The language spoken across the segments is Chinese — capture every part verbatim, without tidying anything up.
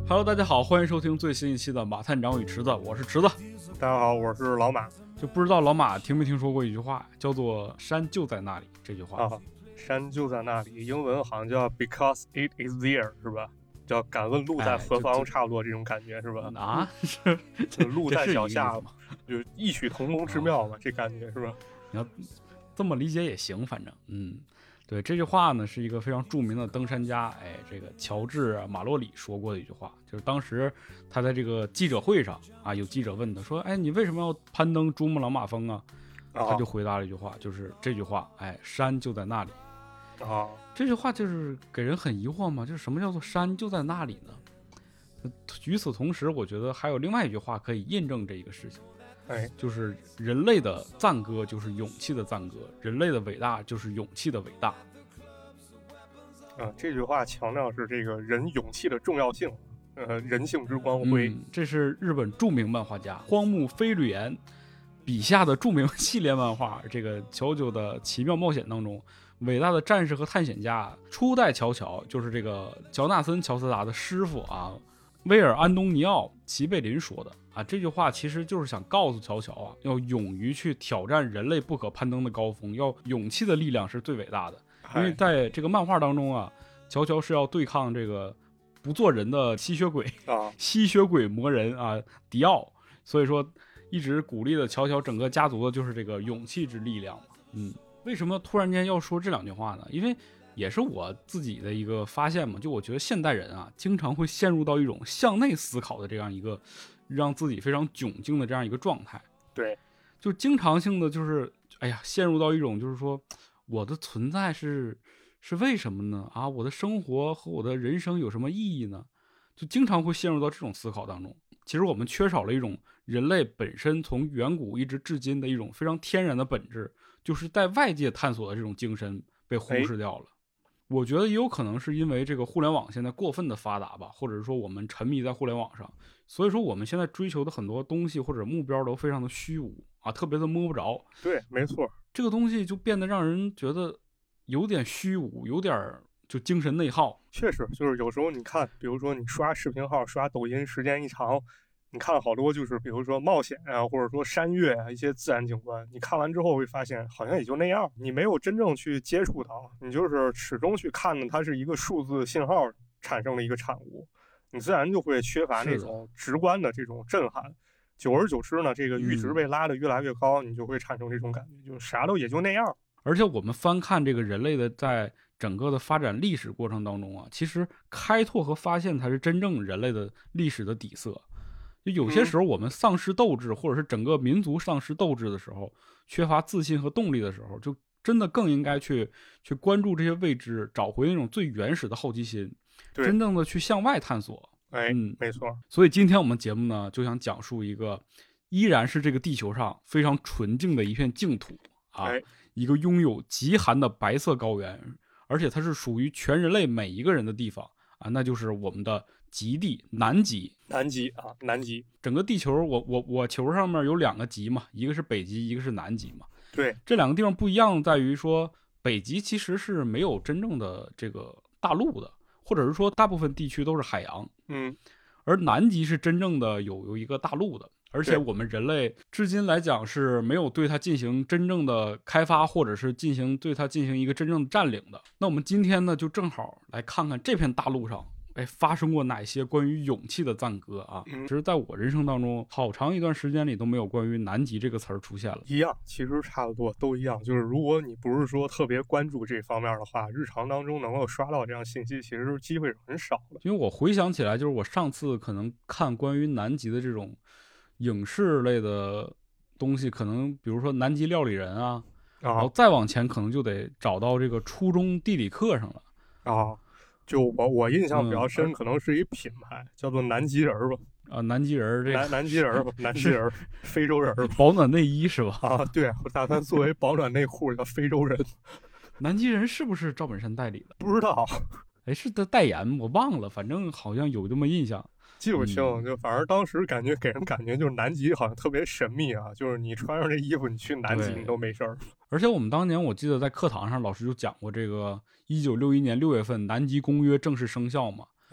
Hello， 大家好，欢迎收听最新一期的马探长与池子，我是池子。 大家好，我是老马。 就不知道老马听没听说过一句话，叫做"山就在那里"这句话。 啊，山就在那里，英文好像叫 "Because it is there"， 是吧？叫敢问路在何方，差不多这种感觉是吧？ 啊，是就路在脚下嘛，就异曲同工之妙嘛，这感觉是吧？ 你要这么理解也行，反正嗯。对，这句话呢是一个非常著名的登山家，哎，这个乔治·马洛里说过的一句话，就是当时他在这个记者会上啊，有记者问他说，哎，你为什么要攀登珠穆朗玛峰啊？ 哦、 他就回答了一句话，就是这句话，哎，山就在那里。 啊、哦， 这句话就是给人很疑惑嘛，就是什么叫做山就在那里呢？与此同时，我觉得还有另外一句话可以印证这一个事情。 哎， 就是人类的赞歌就是勇气的赞歌，人类的伟大就是勇气的伟大。 啊，这句话强调是这个人勇气的重要性，呃，人性之光辉。 嗯、这是日本著名漫画家荒木飞吕彦笔下的著名系列漫画《这个乔乔的奇妙冒险》当中，伟大的战士和探险家初代乔乔，就是这个乔纳森·乔斯达的师傅啊，威尔·安东尼奥·齐贝林说的。啊，这句话其实就是想告诉乔乔啊，要勇于去挑战人类不可攀登的高峰，要勇气的力量是最伟大的。因为在这个漫画当中啊，乔乔是要对抗这个不做人的吸血鬼啊，吸血鬼魔人啊迪奥，所以说一直鼓励的乔乔整个家族的就是这个勇气之力量嘛。嗯，为什么突然间要说这两句话呢？因为也是我自己的一个发现嘛，就我觉得现代人啊，经常会陷入到一种向内思考的这样一个让自己非常窘境的这样一个状态。 对， 就经常性的就是哎呀陷入到一种就是说我的存在是是为什么呢？啊，我的生活和我的人生有什么意义呢？就经常会陷入到这种思考当中。其实我们缺少了一种人类本身从远古一直至今的一种非常天然的本质，就是在外界探索的这种精神被忽视掉了。我觉得也有可能是因为这个互联网现在过分的发达吧，或者是说我们沉迷在互联网上，所以说我们现在追求的很多东西或者目标都非常的虚无啊，特别的摸不着。 对，没错， 这个东西就变得让人觉得有点虚无，有点就精神内耗。 确实，就是有时候你看，比如说你刷视频号、刷抖音时间一长，你看好多就是比如说冒险啊，或者说山岳啊，一些自然景观，你看完之后会发现好像也就那样，你没有真正去接触它，你就是始终去看的它是一个数字信号产生的一个产物，你自然就会缺乏那种直观的这种震撼。久而久之呢，这个阈值被拉得越来越高，嗯、你就会产生这种感觉，就啥都也就那样。而且我们翻看这个人类的在整个的发展历史过程当中啊，其实开拓和发现才是真正人类的历史的底色。就有些时候我们丧失斗志，或者是整个民族丧失斗志的时候，缺乏自信和动力的时候，就真的更应该去去关注这些未知，找回那种最原始的好奇心，真正的去向外探索。 哎，嗯，没错。 所以今天我们节目呢，就想讲述一个依然是这个地球上非常纯净的一片净土啊， 哎、 一个拥有极寒的白色高原，而且它是属于全人类每一个人的地方啊，那就是我们的极地南极。 南极啊，南极。 整个地球，我我我球上面有两个极嘛，一个是北极，一个是南极嘛。 对， 这两个地方不一样在于说，北极其实是没有真正的这个大陆的，或者是说大部分地区都是海洋。 嗯， 而南极是真正的有有一个大陆的，而且我们人类至今来讲是没有对它进行真正的开发，或者是进行对它进行一个真正的占领的。那我们今天呢，就正好来看看这片大陆上哎，发生过哪些关于勇气的赞歌啊？其实在我人生当中，好长一段时间里都没有关于南极这个词儿出现了。 一样，其实差不多都一样。就是如果你不是说特别关注这方面的话，日常当中能够刷到这样信息，其实机会是很少的。 因为我回想起来，就是我上次可能看关于南极的这种影视类的东西，可能比如说《南极料理人》啊，然后再往前可能就得找到这个初中地理课上了啊。就我我印象比较深、嗯，可能是一品牌叫做南极人吧。 啊，南极人这个南南极人吧，南极人，非洲人， 保暖内衣是吧？ 啊，对，我打算作为保暖内裤叫非洲人。 南极人是不是赵本山代理的？ 不知道， 哎，是他代言，我忘了，反正好像有这么印象。 记不清，就反正当时感觉给人感觉就是南极好像特别神秘啊，就是你穿上这衣服，你去南极你都没事儿。 而且我们当年我记得在课堂上老师就讲过这个一九六一年六月份南极公约正式生效嘛，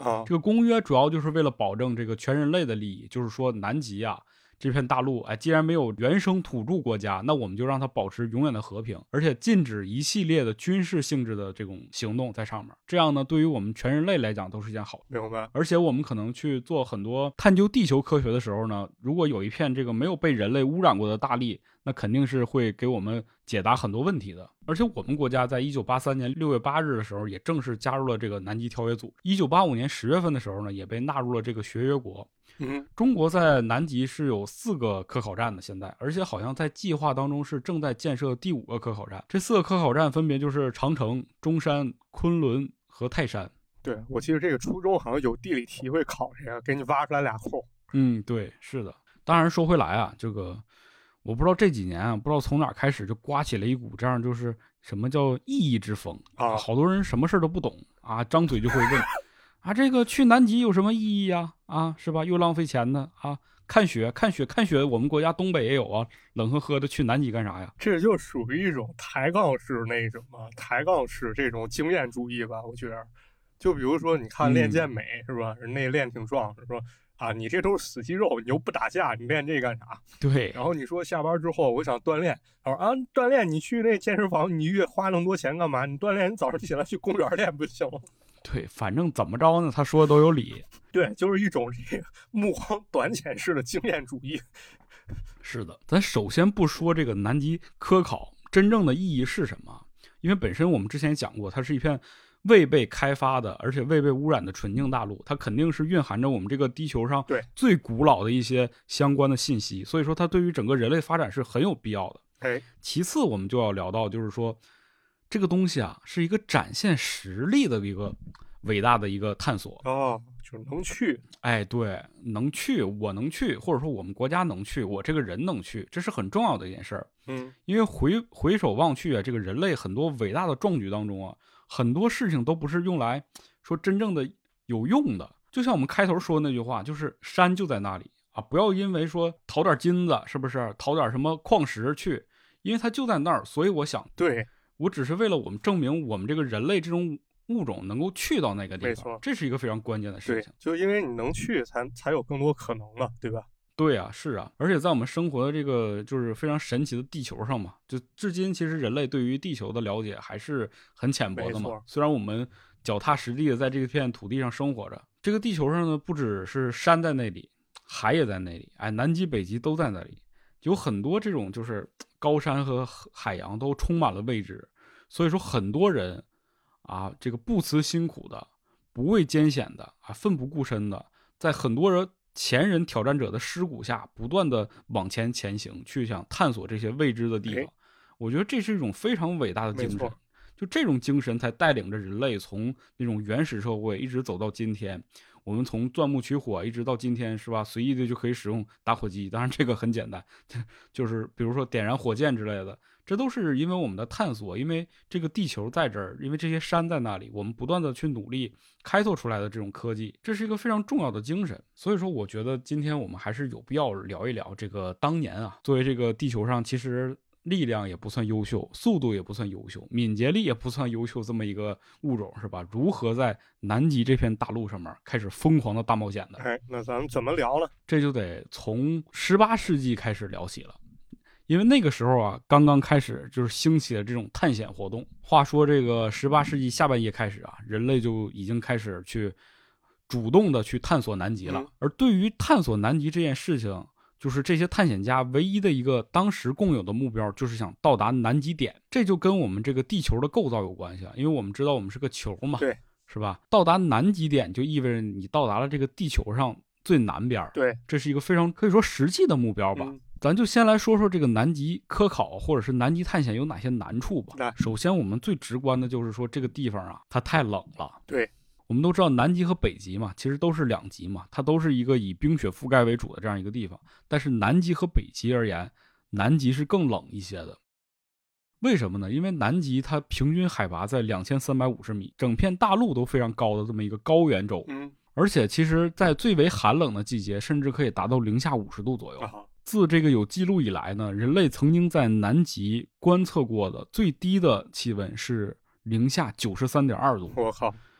啊， 这个公约主要就是为了保证这个全人类的利益，就是说南极啊这片大陆，哎，既然没有原生土著国家，那我们就让它保持永远的和平，而且禁止一系列的军事性质的这种行动在上面。这样呢，对于我们全人类来讲都是一件好事。 明白。 而且我们可能去做很多探究地球科学的时候呢，如果有一片这个没有被人类污染过的大陆，那肯定是会给我们解答很多问题的。而且我们国家在一九八三年六月八日的时候，也正式加入了这个南极条约组。一九八五年十月份的时候呢，也被纳入了这个学约国。 嗯， 中国在南极是有四个科考站的，现在，而且好像在计划当中是正在建设第五个科考站。这四个科考站分别就是长城、中山、昆仑和泰山。 对，我记得这个初中好像有地理题会考这个，给你挖出来俩空。 嗯，对，是的。当然说回来啊，这个我不知道这几年啊，不知道从哪开始就刮起了一股这样就是什么叫意义之风啊， 好多人什么事都不懂啊，张嘴就会问啊，这个去南极有什么意义呀？啊，是吧？又浪费钱呢啊！看雪，看雪，看雪，我们国家东北也有啊，冷呵呵的去南极干啥呀？ 这就属于一种抬杠式那种啊，抬杠式这种经验主义吧，我觉得。就比如说，你看练健美、嗯、是吧？人那练挺壮，是吧？啊，你这都是死肌肉，你又不打架，你练这干啥？ 对。 然后你说下班之后我想锻炼，他说啊，锻炼你去那健身房，你月花那么多钱干嘛？你锻炼，你早上起来去公园练不行吗？ 对，反正怎么着呢，他说的都有理。 对，就是一种这个目光短浅式的经验主义。 是的，咱首先不说这个南极科考真正的意义是什么，因为本身我们之前也讲过，它是一片未被开发的而且未被污染的纯净大陆，它肯定是蕴含着我们这个地球上最古老的一些相关的信息，所以说它对于整个人类发展是很有必要的。 哎， 其次我们就要聊到就是说这个东西啊是一个展现实力的一个伟大的一个探索哦，就是能去， 哎，对，能去，我能去，或者说我们国家能去，我这个人能去，这是很重要的一件事儿。 嗯， 因为回回首望去啊，这个人类很多伟大的壮举当中啊，很多事情都不是用来说真正的有用的。就像我们开头说的那句话，就是山就在那里啊，不要因为说淘点金子，是不是淘点什么矿石去，因为它就在那儿，所以我想， 对， 我只是为了我们证明我们这个人类这种物种能够去到那个地方， 没错， 这是一个非常关键的事情。 对，就因为你能去才才有更多可能了，对吧？ 对啊，是啊，而且在我们生活的这个就是非常神奇的地球上嘛，就至今其实人类对于地球的了解还是很浅薄的嘛。虽然我们脚踏实地的在这片土地上生活着，这个地球上呢，不只是山在那里，海也在那里，哎，南极北极都在那里，有很多这种就是高山和海洋都充满了未知，所以说很多人啊，这个不辞辛苦的、不畏艰险的啊、奋不顾身的，在很多人前人挑战者的尸骨下不断的往前前行，去想探索这些未知的地方。我觉得这是一种非常伟大的精神，就这种精神才带领着人类从那种原始社会一直走到今天。我们从钻木取火一直到今天，是吧？随意的就可以使用打火机，当然这个很简单，就是比如说点燃火箭之类的，这都是因为我们的探索，因为这个地球在这儿，因为这些山在那里，我们不断的去努力开拓出来的这种科技，这是一个非常重要的精神。所以说我觉得今天我们还是有必要聊一聊这个当年啊，作为这个地球上其实力量也不算优秀，速度也不算优秀，敏捷力也不算优秀，这么一个物种，是吧？如何在南极这片大陆上面开始疯狂的大冒险的？ 哎，那咱们怎么聊呢？ 这就得从十八世纪开始聊起了。因为那个时候啊，刚刚开始就是兴起的这种探险活动。话说这个十八世纪下半叶开始啊，人类就已经开始去主动的去探索南极了。 嗯、 而对于探索南极这件事情，就是这些探险家唯一的一个当时共有的目标，就是想到达南极点。这就跟我们这个地球的构造有关系啊，因为我们知道我们是个球嘛， 对， 是吧？到达南极点就意味着你到达了这个地球上最南边， 对， 这是一个非常可以说实际的目标吧。 嗯， 咱就先来说说这个南极科考或者是南极探险有哪些难处吧。首先我们最直观的就是说这个地方啊，它太冷了。 对， 我们都知道南极和北极嘛，其实都是两极嘛，它都是一个以冰雪覆盖为主的这样一个地方。但是南极和北极而言，南极是更冷一些的。为什么呢？因为南极它平均海拔在两千三百五十米，整片大陆都非常高的这么一个高原轴。 嗯， 而且其实在最为寒冷的季节，甚至可以达到零下五十度左右。 啊， 自这个有记录以来呢，人类曾经在南极观测过的最低的气温是零下九十三点二度。 我靠！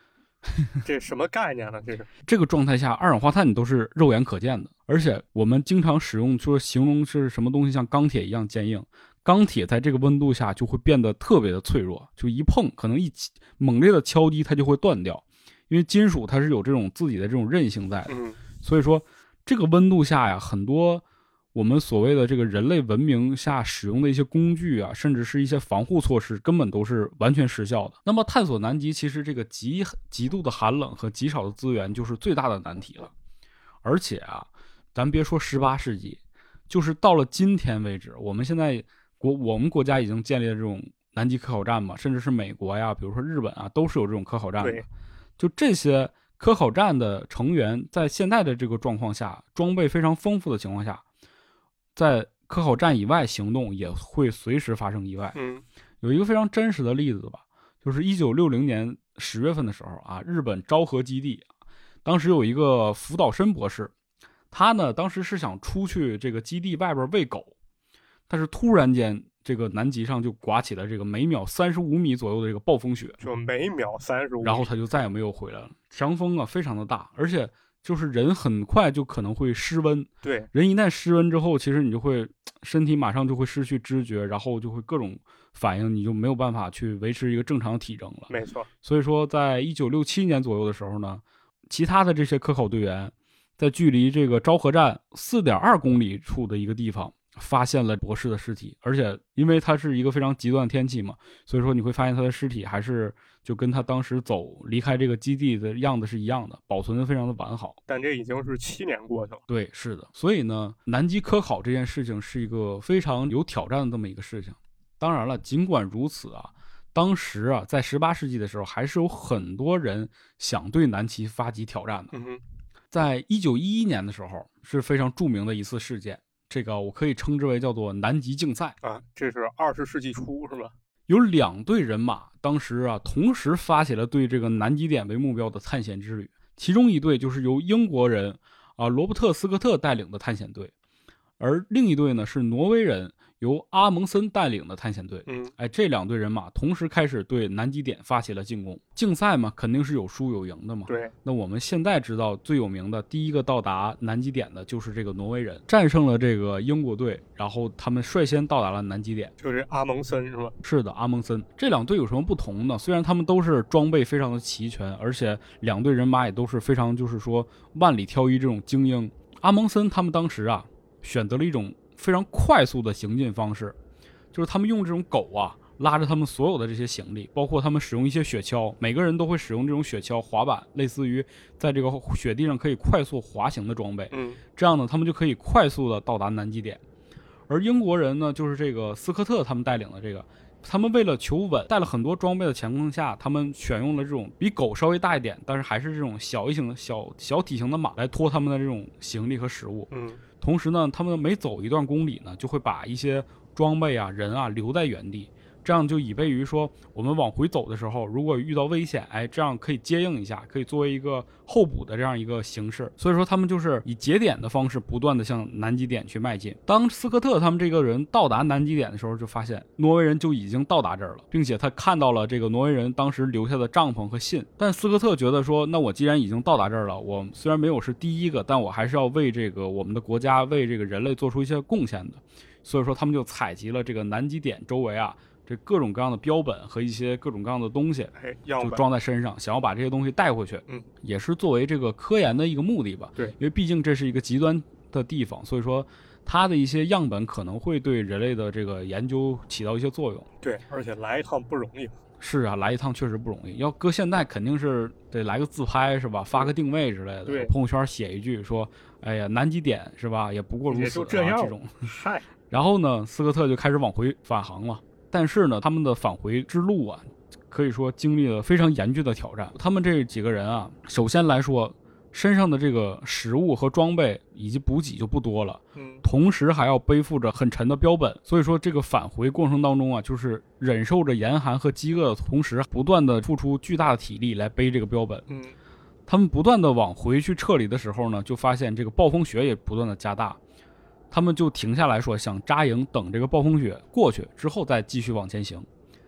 这什么概念呢？这是这个状态下，二氧化碳都是肉眼可见的，而且我们经常使用说形容是什么东西像钢铁一样坚硬。钢铁在这个温度下就会变得特别的脆弱，就一碰可能一猛烈的敲击它就会断掉，因为金属它是有这种自己的这种韧性在的。 嗯， 所以说这个温度下呀，很多我们所谓的这个人类文明下使用的一些工具啊，甚至是一些防护措施根本都是完全失效的。那么探索南极，其实这个极极度的寒冷和极少的资源就是最大的难题了。而且啊，咱别说十八世纪，就是到了今天为止，我们现在国我们国家已经建立了这种南极科考站嘛，甚至是美国呀，比如说日本啊，都是有这种科考站的。就这些科考站的成员，在现在的这个状况下，装备非常丰富的情况下，在科考站以外行动也会随时发生意外。 嗯， 有一个非常真实的例子吧，就是一九六零年十月份的时候啊，日本昭和基地，当时有一个福岛伸博士，他呢当时是想出去这个基地外边喂狗。但是突然间，这个南极上就刮起了这个每秒三十五米左右的这个暴风雪， 就每秒三十五， 然后他就再也没有回来了。强风啊，非常的大，而且就是人很快就可能会失温。 对， 人一旦失温之后，其实你就会身体马上就会失去知觉，然后就会各种反应，你就没有办法去维持一个正常的体征了。 没错。 所以说，在一九六七年左右的时候呢，其他的这些科考队员在距离这个昭和站四点二公里处的一个地方。发现了博士的尸体，而且因为它是一个非常极端的天气嘛，所以说你会发现他的尸体还是就跟他当时走离开这个基地的样子是一样的，保存的非常的完好。 但这已经是七年过去了。 对，是的。所以呢，南极科考这件事情是一个非常有挑战的这么一个事情。当然了，尽管如此啊，当时啊，在十八世纪的时候，还是有很多人想对南极发起挑战的。 嗯哼， 在一九一一年的时候，是非常著名的一次事件。这个我可以称之为叫做南极竞赛啊，这是二十世纪初是吧？ 有两队人马，当时啊同时发起了对这个南极点为目标的探险之旅。其中一队就是由英国人啊罗伯特·斯科特带领的探险队，而另一队呢是挪威人由阿蒙森带领的探险队。 嗯， 哎，这两队人马同时开始对南极点发起了进攻。竞赛嘛，肯定是有输有赢的嘛。 对。 那我们现在知道最有名的第一个到达南极点的就是这个挪威人，战胜了这个英国队，然后他们率先到达了南极点。 就是阿蒙森是吧？ 是的，阿蒙森。这两队有什么不同呢？虽然他们都是装备非常的齐全，而且两队人马也都是非常就是说万里挑一这种精英。阿蒙森他们当时啊选择了一种非常快速的行进方式，就是他们用这种狗啊拉着他们所有的这些行李，包括他们使用一些雪橇，每个人都会使用这种雪橇滑板，类似于在这个雪地上可以快速滑行的装备。 嗯， 这样呢他们就可以快速的到达南极点。而英国人呢，就是这个斯科特他们带领的这个，他们为了求稳，带了很多装备的情况下，他们选用了这种比狗稍微大一点，但是还是这种小一型的小小体型的马来拖他们的这种行李和食物。 嗯， 同时呢，他们每走一段公里呢，就会把一些装备啊、人啊留在原地，这样就以备于说我们往回走的时候，如果遇到危险，哎，这样可以接应一下，可以作为一个候补的这样一个形式。所以说他们就是以节点的方式不断的向南极点去迈进。当斯科特他们这个人到达南极点的时候，就发现挪威人就已经到达这儿了，并且他看到了这个挪威人当时留下的帐篷和信。但斯科特觉得说，那我既然已经到达这儿了，我虽然没有是第一个，但我还是要为这个我们的国家为这个人类做出一些贡献的。所以说他们就采集了这个南极点周围啊这各种各样的标本和一些各种各样的东西，就装在身上，想要把这些东西带回去。 嗯， 也是作为这个科研的一个目的吧。 对， 因为毕竟这是一个极端的地方，所以说它的一些样本可能会对人类的这个研究起到一些作用。 对，而且来一趟不容易。 是啊，来一趟确实不容易。要搁现在肯定是得来个自拍是吧？发个定位之类的， 对， 朋友圈写一句说：“哎呀，南极点是吧？也不过如此。” 也就这样。 啊、这种。 嗨。 然后呢，斯科特就开始往回返航了。但是呢，他们的返回之路啊，可以说经历了非常严峻的挑战。他们这几个人啊，首先来说，身上的这个食物和装备以及补给就不多了， 嗯， 同时还要背负着很沉的标本，所以说这个返回过程当中啊，就是忍受着严寒和饥饿的同时，不断的付出巨大的体力来背这个标本。 嗯， 他们不断的往回去撤离的时候呢，就发现这个暴风雪也不断的加大。他们就停下来说想扎营，等这个暴风雪过去之后再继续往前行。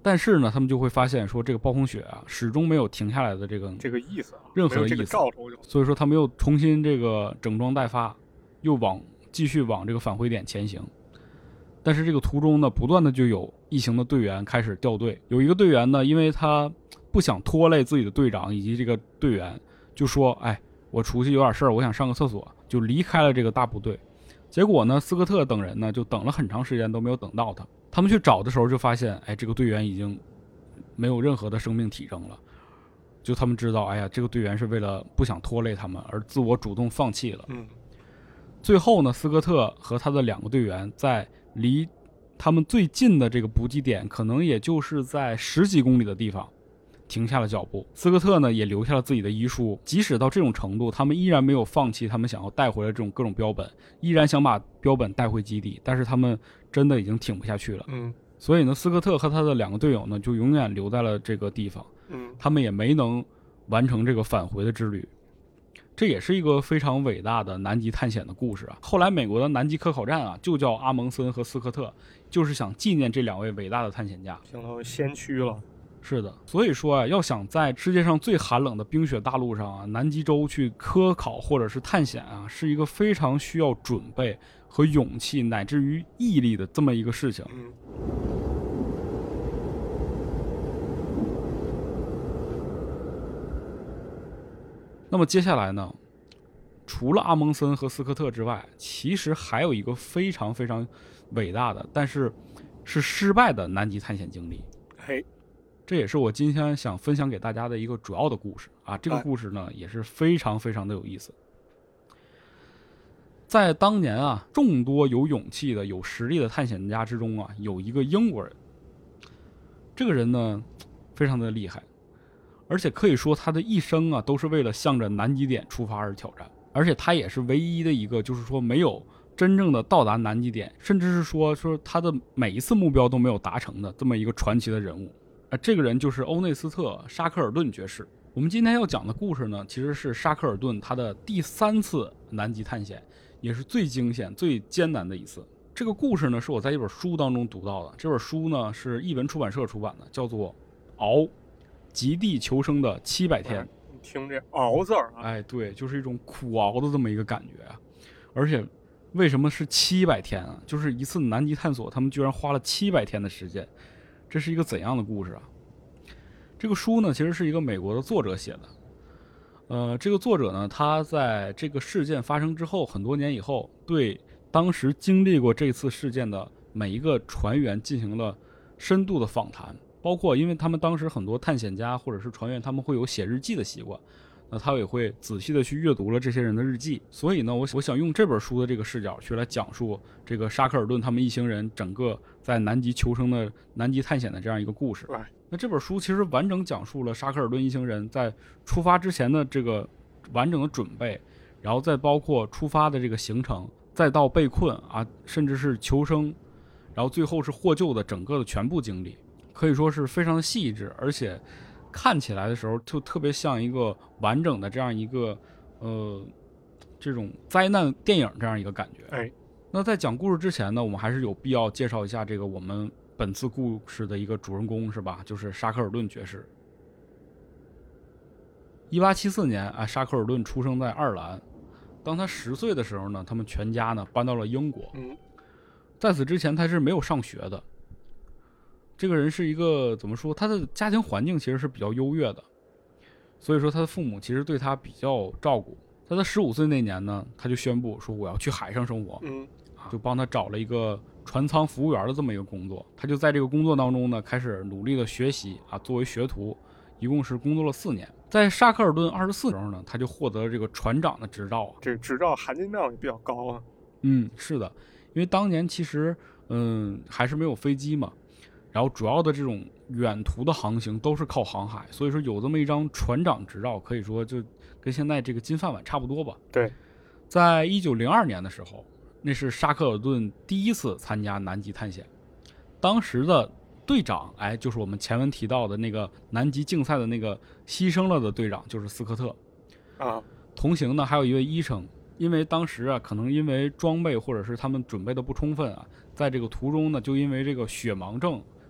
但是呢，他们就会发现说，这个暴风雪啊，始终没有停下来的这个这个意思， 任何的意思，所以说他们又重新这个整装待发，又往继续往这个返回点前行。但是这个途中呢，不断的就有一行的队员开始掉队。有一个队员呢，因为他不想拖累自己的队长以及这个队员，就说：“哎，我出去有点事儿，我想上个厕所。”就离开了这个大部队。结果呢，斯科特等人呢，就等了很长时间都没有等到他。他们去找的时候，就发现，哎，这个队员已经没有任何的生命体征了。就他们知道，哎呀，这个队员是为了不想拖累他们而自我主动放弃了。 嗯。 最后呢，斯科特和他的两个队员在离他们最近的这个补给点，可能也就是在十几公里的地方，停下了脚步。斯科特呢，也留下了自己的遗书。即使到这种程度，他们依然没有放弃他们想要带回来这种各种标本，依然想把标本带回基地。但是他们真的已经挺不下去了。 嗯。 所以呢，斯科特和他的两个队友呢，就永远留在了这个地方。 嗯。他们也没能完成这个返回的之旅。这也是一个非常伟大的南极探险的故事啊！后来美国的南极科考站啊，就叫阿蒙森和斯科特，就是想纪念这两位伟大的探险家， 相当于先驱了。 是的，所以说啊，要想在世界上最寒冷的冰雪大陆上啊，南极洲去科考或者是探险啊，是一个非常需要准备和勇气乃至于毅力的这么一个事情。 嗯。 那么接下来呢，除了阿蒙森和斯科特之外，其实还有一个非常非常伟大的，但是是失败的南极探险经历。 嘿， 这也是我今天想分享给大家的一个主要的故事啊。这个故事呢，也是非常非常的有意思。在当年啊，众多有勇气的、有实力的探险家之中啊，有一个英国人。这个人呢，非常的厉害。而且可以说他的一生啊，都是为了向着南极点出发而挑战。而且他也是唯一的一个，就是说没有真正的到达南极点，甚至是说说他的每一次目标都没有达成的这么一个传奇的人物。啊，这个人就是欧内斯特·沙克尔顿爵士。我们今天要讲的故事呢，其实是沙克尔顿他的第三次南极探险，也是最惊险、最艰难的一次。这个故事呢，是我在一本书当中读到的。这本书呢是译文出版社出版的，叫做《熬》。极地求生的七百天， 你听这熬字儿啊， 哎，对，就是一种苦熬的这么一个感觉啊。而且，为什么是七百天啊？就是一次南极探索，他们居然花了七百天的时间，这是一个怎样的故事啊？这个书呢，其实是一个美国的作者写的。呃，这个作者呢，他在这个事件发生之后很多年以后，对当时经历过这次事件的每一个船员进行了深度的访谈。包括因为他们当时很多探险家或者是船员，他们会有写日记的习惯，那他也会仔细的去阅读了这些人的日记。所以呢，我我想用这本书的这个视角去来讲述这个沙克尔顿他们一行人整个在南极求生的南极探险的这样一个故事。那这本书其实完整讲述了沙克尔顿一行人在出发之前的这个完整的准备，然后再包括出发的这个行程，再到被困啊，甚至是求生，然后最后是获救的整个的全部经历。可以说是非常的细致，而且看起来的时候就特别像一个完整的这样一个呃这种灾难电影这样一个感觉。 哎， 那在讲故事之前呢，我们还是有必要介绍一下这个我们本次故事的一个主人公，是吧？就是沙克尔顿爵士。一八七四年啊，沙克尔顿出生在爱尔兰。当他十岁的时候呢，他们全家呢搬到了英国。 嗯， 在此之前他是没有上学的。这个人是一个怎么说？他的家庭环境其实是比较优越的，所以说他的父母其实对他比较照顾。在他十五岁那年呢，他就宣布说我要去海上生活， 嗯， 就帮他找了一个船舱服务员的这么一个工作。他就在这个工作当中呢，开始努力的学习啊，作为学徒，一共是工作了四年。在沙克尔顿二十四时候呢，他就获得了这个船长的执照。 这执照含金量也比较高啊。 嗯，是的，因为当年其实嗯还是没有飞机嘛。然后主要的这种远途的航行都是靠航海，所以说有这么一张船长执照，可以说就跟现在这个金饭碗差不多吧。 对， 在一九零二年的时候，那是沙克尔顿第一次参加南极探险，当时的队长，哎，就是我们前文提到的那个南极竞赛的那个牺牲了的队长，就是斯科特啊。 同行呢还有一位医生，因为当时啊，可能因为装备或者是他们准备的不充分啊，在这个途中呢，就因为这个血盲症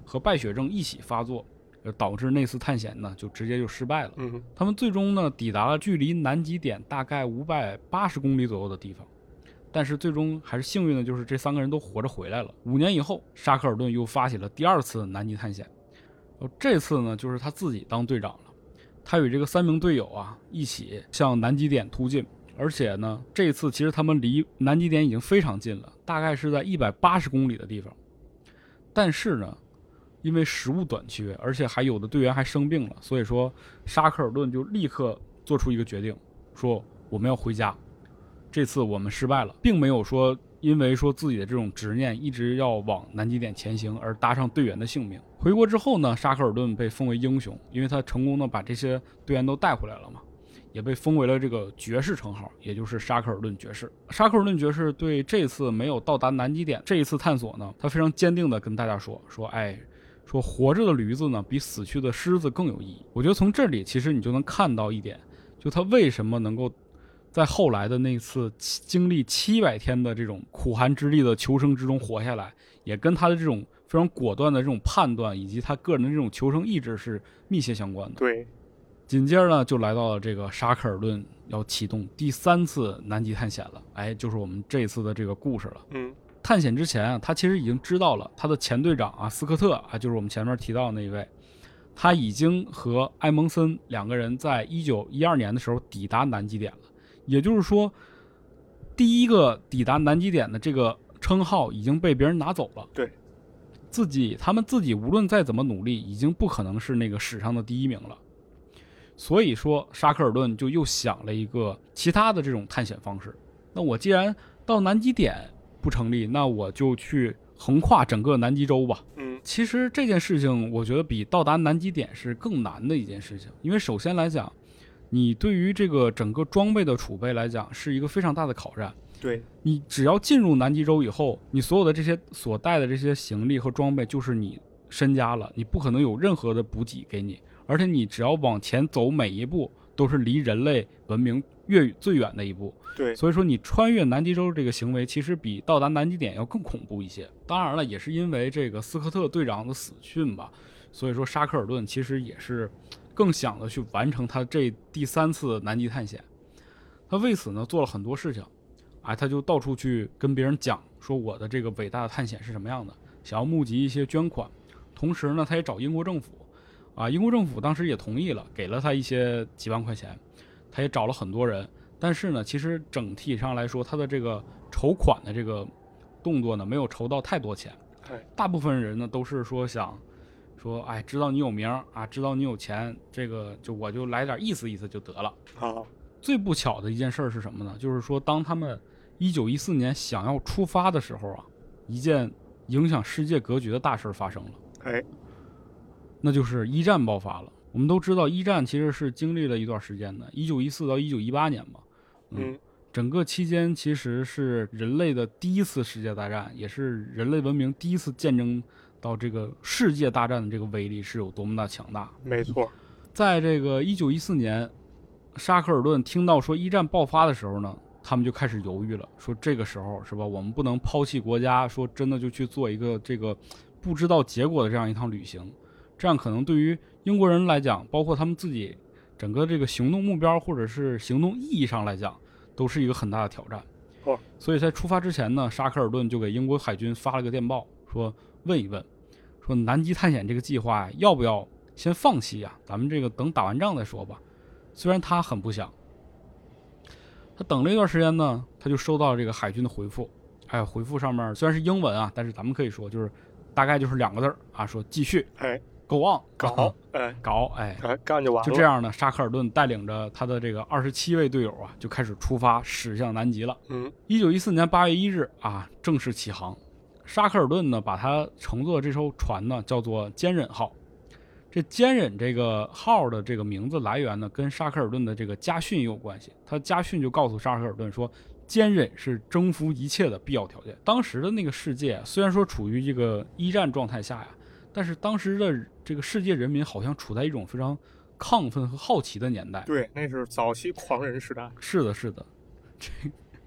和败血症一起发作，导致那次探险呢就直接就失败了。 嗯， 他们最终呢抵达了距离南极点大概五百八十公里左右的地方，但是最终还是幸运的，就是这三个人都活着回来了。五年以后，沙克尔顿又发起了第二次南极探险，这次呢就是他自己当队长了。他与这个三名队友啊一起向南极点突进，而且呢这一次其实他们离南极点已经非常近了，大概是在一百八十公里的地方。但是呢因为食物短缺，而且还有的队员还生病了，所以说沙克尔顿就立刻做出一个决定，说我们要回家，这次我们失败了，并没有说因为说自己的这种执念一直要往南极点前行而搭上队员的性命。回国之后呢，沙克尔顿被封为英雄，因为他成功的把这些队员都带回来了嘛，也被封为了这个爵士称号，也就是沙克尔顿爵士。沙克尔顿爵士对这次没有到达南极点这一次探索呢，他非常坚定的跟大家说说哎说活着的驴子呢比死去的狮子更有意义。我觉得从这里其实你就能看到一点，就他为什么能够在后来的那次经历七百天的这种苦寒之力的求生之中活下来，也跟他的这种非常果断的这种判断以及他个人的这种求生意志是密切相关的。 对， 紧接着呢就来到了这个沙克尔顿要启动第三次南极探险了，哎，就是我们这一次的这个故事了。 嗯， 探险之前啊，他其实已经知道了他的前队长啊斯科特啊，就是我们前面提到的那一位，他已经和埃蒙森两个人在一九一二年的时候抵达南极点了。也就是说第一个抵达南极点的这个称号已经被别人拿走了。 对， 自己他们自己无论再怎么努力已经不可能是那个史上的第一名了。所以说沙克尔顿就又想了一个其他的这种探险方式，那我既然到南极点不成立，那我就去横跨整个南极洲吧。 嗯， 其实这件事情我觉得比到达南极点是更难的一件事情，因为首先来讲你对于这个整个装备的储备来讲是一个非常大的挑战。 对， 你只要进入南极洲以后，你所有的这些所带的这些行李和装备就是你身家了，你不可能有任何的补给给你，而且你只要往前走每一步都是离人类文明越最远的一步。 对， 所以说你穿越南极洲这个行为其实比到达南极点要更恐怖一些。当然了，也是因为这个斯科特队长的死讯吧，所以说沙克尔顿其实也是更想的去完成他这第三次南极探险。他为此呢做了很多事情，哎，他就到处去跟别人讲说我的这个伟大的探险是什么样的，想要募集一些捐款。同时呢他也找英国政府啊，英国政府当时也同意了，给了他一些几万块钱。他也找了很多人，但是呢其实整体上来说他的这个筹款的这个动作呢没有筹到太多钱。大部分人呢都是说想说哎，知道你有名啊，知道你有钱，这个就我就来点意思意思就得了。 好， 最不巧的一件事是什么呢？就是说当他们一九一四年想要出发的时候啊，一件影响世界格局的大事发生了。 哎， 那就是一战爆发了。我们都知道一战其实是经历了一段时间的，一九一四到一九一八年嘛。 嗯， 嗯整个期间其实是人类的第一次世界大战，也是人类文明第一次见证到这个世界大战的这个威力是有多么的强大。 没错。 在这个一九一四年，沙克尔顿听到说一战爆发的时候呢，他们就开始犹豫了，说这个时候是吧，我们不能抛弃国家，说真的就去做一个这个不知道结果的这样一趟旅行，这样可能对于英国人来讲，包括他们自己整个这个行动目标或者是行动意义上来讲，都是一个很大的挑战。 哦， 所以在出发之前呢，沙克尔顿就给英国海军发了个电报，说问一问，说南极探险这个计划要不要先放弃呀、啊？咱们这个等打完仗再说吧。虽然他很不想，他等了一段时间呢，他就收到了这个海军的回复。哎，回复上面虽然是英文啊，但是咱们可以说就是大概就是两个字啊，说继续。 哎。 Go on， 搞，哎， 搞，哎， 干就完了。 就这样呢，沙克尔顿带领着他的这个二十七位队友啊，就开始出发驶向南极了。 嗯， 一九一四年八月一日啊，正式起航。沙克尔顿呢，把他乘坐这艘船呢叫做坚忍号。这坚忍这个号的这个名字来源呢，跟沙克尔顿的这个家训也有关系。他家训就告诉沙克尔顿说，坚忍是征服一切的必要条件。当时的那个世界虽然说处于这个一战状态下呀，但是当时的这个世界人民好像处在一种非常亢奋和好奇的年代。 对，那是早期狂人时代。 是的，是的。这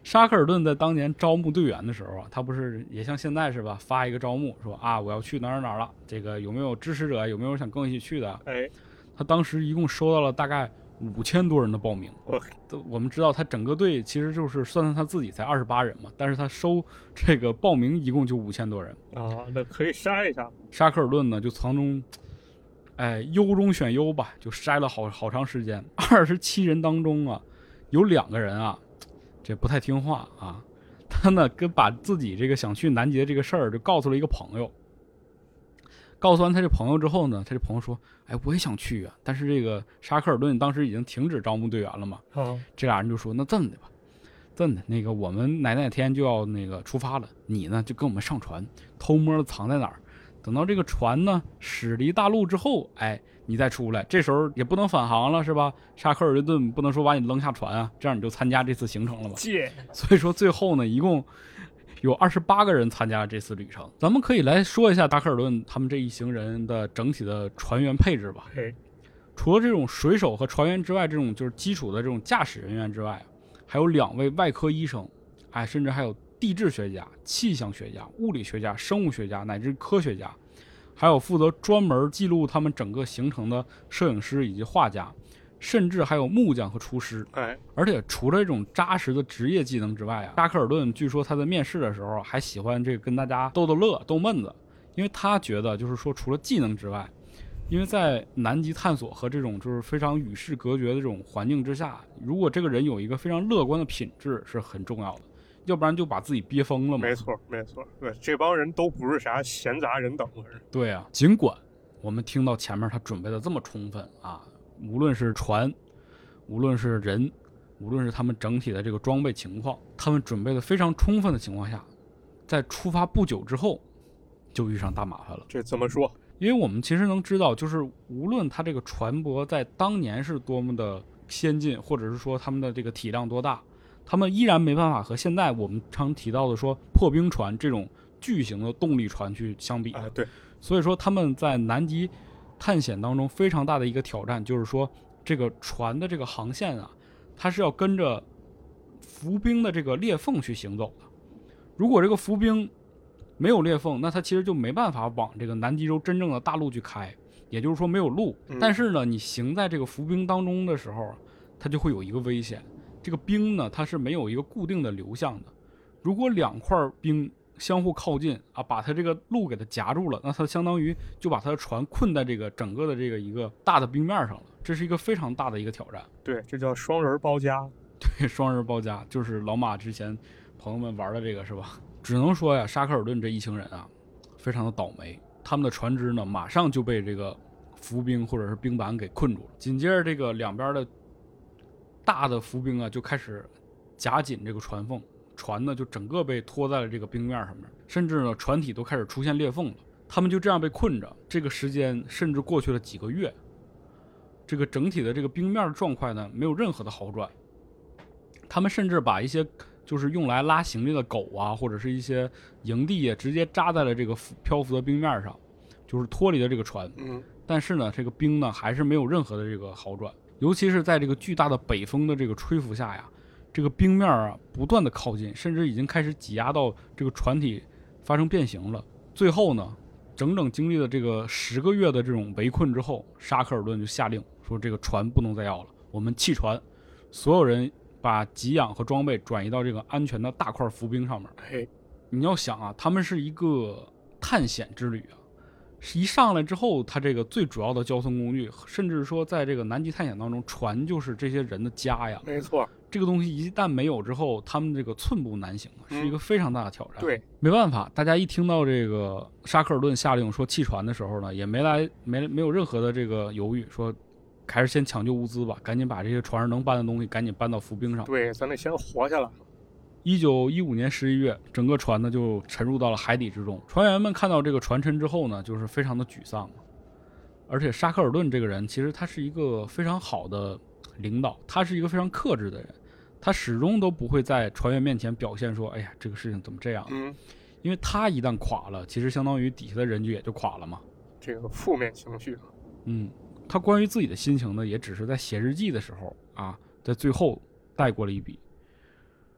沙克尔顿在当年招募队员的时候啊，他不是也像现在是吧，发一个招募说啊，我要去哪儿哪儿了，这个有没有支持者，有没有想跟我一起去的？ 哎， 他当时一共收到了大概五千多人的报名。 哦， 我们知道他整个队其实就是算算他自己才二十八人嘛，但是他收这个报名一共就五千多人啊，那可以筛一下。 沙克尔顿呢就从中，哎，优中选优吧，就筛了好好长时间。二十七人当中啊，有两个人啊，这不太听话啊。他呢跟把自己这个想去南极的这个事儿就告诉了一个朋友。告诉完他这朋友之后呢，他这朋友说：“哎，我也想去啊，但是这个沙克尔顿当时已经停止招募队员了嘛。 哦， 这俩人就说：那这么的吧，这么的，那个我们哪哪天就要那个出发了，你呢就跟我们上船，偷摸的藏在哪儿，等到这个船呢驶离大陆之后，哎，你再出来，这时候也不能返航了，是吧？沙克尔顿不能说把你扔下船啊，这样你就参加这次行程了嘛。 借， 所以说最后呢，一共有二十八个人参加了这次旅程。咱们可以来说一下沙克尔顿他们这一行人的整体的船员配置吧。 哎， 除了这种水手和船员之外，这种就是基础的这种驾驶人员之外，还有两位外科医生，哎，甚至还有地质学家、气象学家、物理学家、生物学家乃至科学家，还有负责专门记录他们整个行程的摄影师以及画家，甚至还有木匠和厨师。 哎， 而且除了这种扎实的职业技能之外啊，沙克尔顿据说他在面试的时候还喜欢这个跟大家逗逗乐、逗闷子，因为他觉得就是说除了技能之外，因为在南极探索和这种就是非常与世隔绝的这种环境之下，如果这个人有一个非常乐观的品质是很重要的，要不然就把自己憋疯了嘛。 没错没错，对，这帮人都不是啥闲杂人等的人。 对啊，尽管我们听到前面他准备的这么充分啊，无论是船，无论是人，无论是他们整体的这个装备情况，他们准备的非常充分的情况下，在出发不久之后就遇上大麻烦了。 这怎么说？ 因为我们其实能知道，就是无论他这个船舶在当年是多么的先进，或者是说他们的这个体量多大，他们依然没办法和现在我们常提到的说破冰船这种巨型的动力船去相比。 啊，对， 所以说他们在南极探险当中非常大的一个挑战，就是说这个船的这个航线啊，它是要跟着浮冰的这个裂缝去行走的。如果这个浮冰没有裂缝，那它其实就没办法往这个南极洲真正的大陆去开，也就是说没有路。 嗯、 但是呢，你行在这个浮冰当中的时候，它就会有一个危险，这个冰呢它是没有一个固定的流向的，如果两块冰相互靠近啊，把它这个路给它夹住了，那它相当于就把它的船困在这个整个的这个一个大的冰面上了，这是一个非常大的一个挑战。 对，这叫双人包夹。 对，双人包夹就是老马之前朋友们玩的这个是吧？只能说呀，沙克尔顿这一行人啊，非常的倒霉，他们的船只呢马上就被这个浮冰或者是冰板给困住了。紧接着这个两边的大的浮冰啊就开始夹紧这个船缝，船呢就整个被拖在了这个冰面上面，甚至呢船体都开始出现裂缝了。他们就这样被困着，这个时间甚至过去了几个月，这个整体的这个冰面的状况呢没有任何的好转。他们甚至把一些就是用来拉行李的狗啊，或者是一些营地啊，直接扎在了这个漂浮的冰面上，就是脱离了这个船。 嗯， 但是呢，这个冰呢还是没有任何的这个好转，尤其是在这个巨大的北风的这个吹拂下呀，这个冰面啊不断的靠近，甚至已经开始挤压到这个船体发生变形了。最后呢，整整经历了这个十个月的这种围困之后，沙克尔顿就下令说这个船不能再要了，我们弃船，所有人把给养和装备转移到这个安全的大块浮冰上面。 嘿， 你要想啊，他们是一个探险之旅啊，一上来之后，它这个最主要的交通工具，甚至说在这个南极探险当中，船就是这些人的家呀。 没错， 这个东西一旦没有之后，他们这个寸步难行，是一个非常大的挑战。 嗯、对， 没办法，大家一听到这个沙克尔顿下令说弃船的时候呢，也没来没没有任何的这个犹豫，说还是先抢救物资吧，赶紧把这些船上能搬的东西赶紧搬到浮冰上。 对，咱得先活下来。 一九一五年十一月，整个船呢就沉入到了海底之中。船员们看到这个船沉之后呢，就是非常的沮丧。而且沙克尔顿这个人，其实他是一个非常好的领导，他是一个非常克制的人，他始终都不会在船员面前表现说，哎呀，这个事情怎么这样？ 嗯， 因为他一旦垮了，其实相当于底下的人就也就垮了嘛。 这个负面情绪。 嗯。他关于自己的心情呢，也只是在写日记的时候啊，在最后带过了一笔。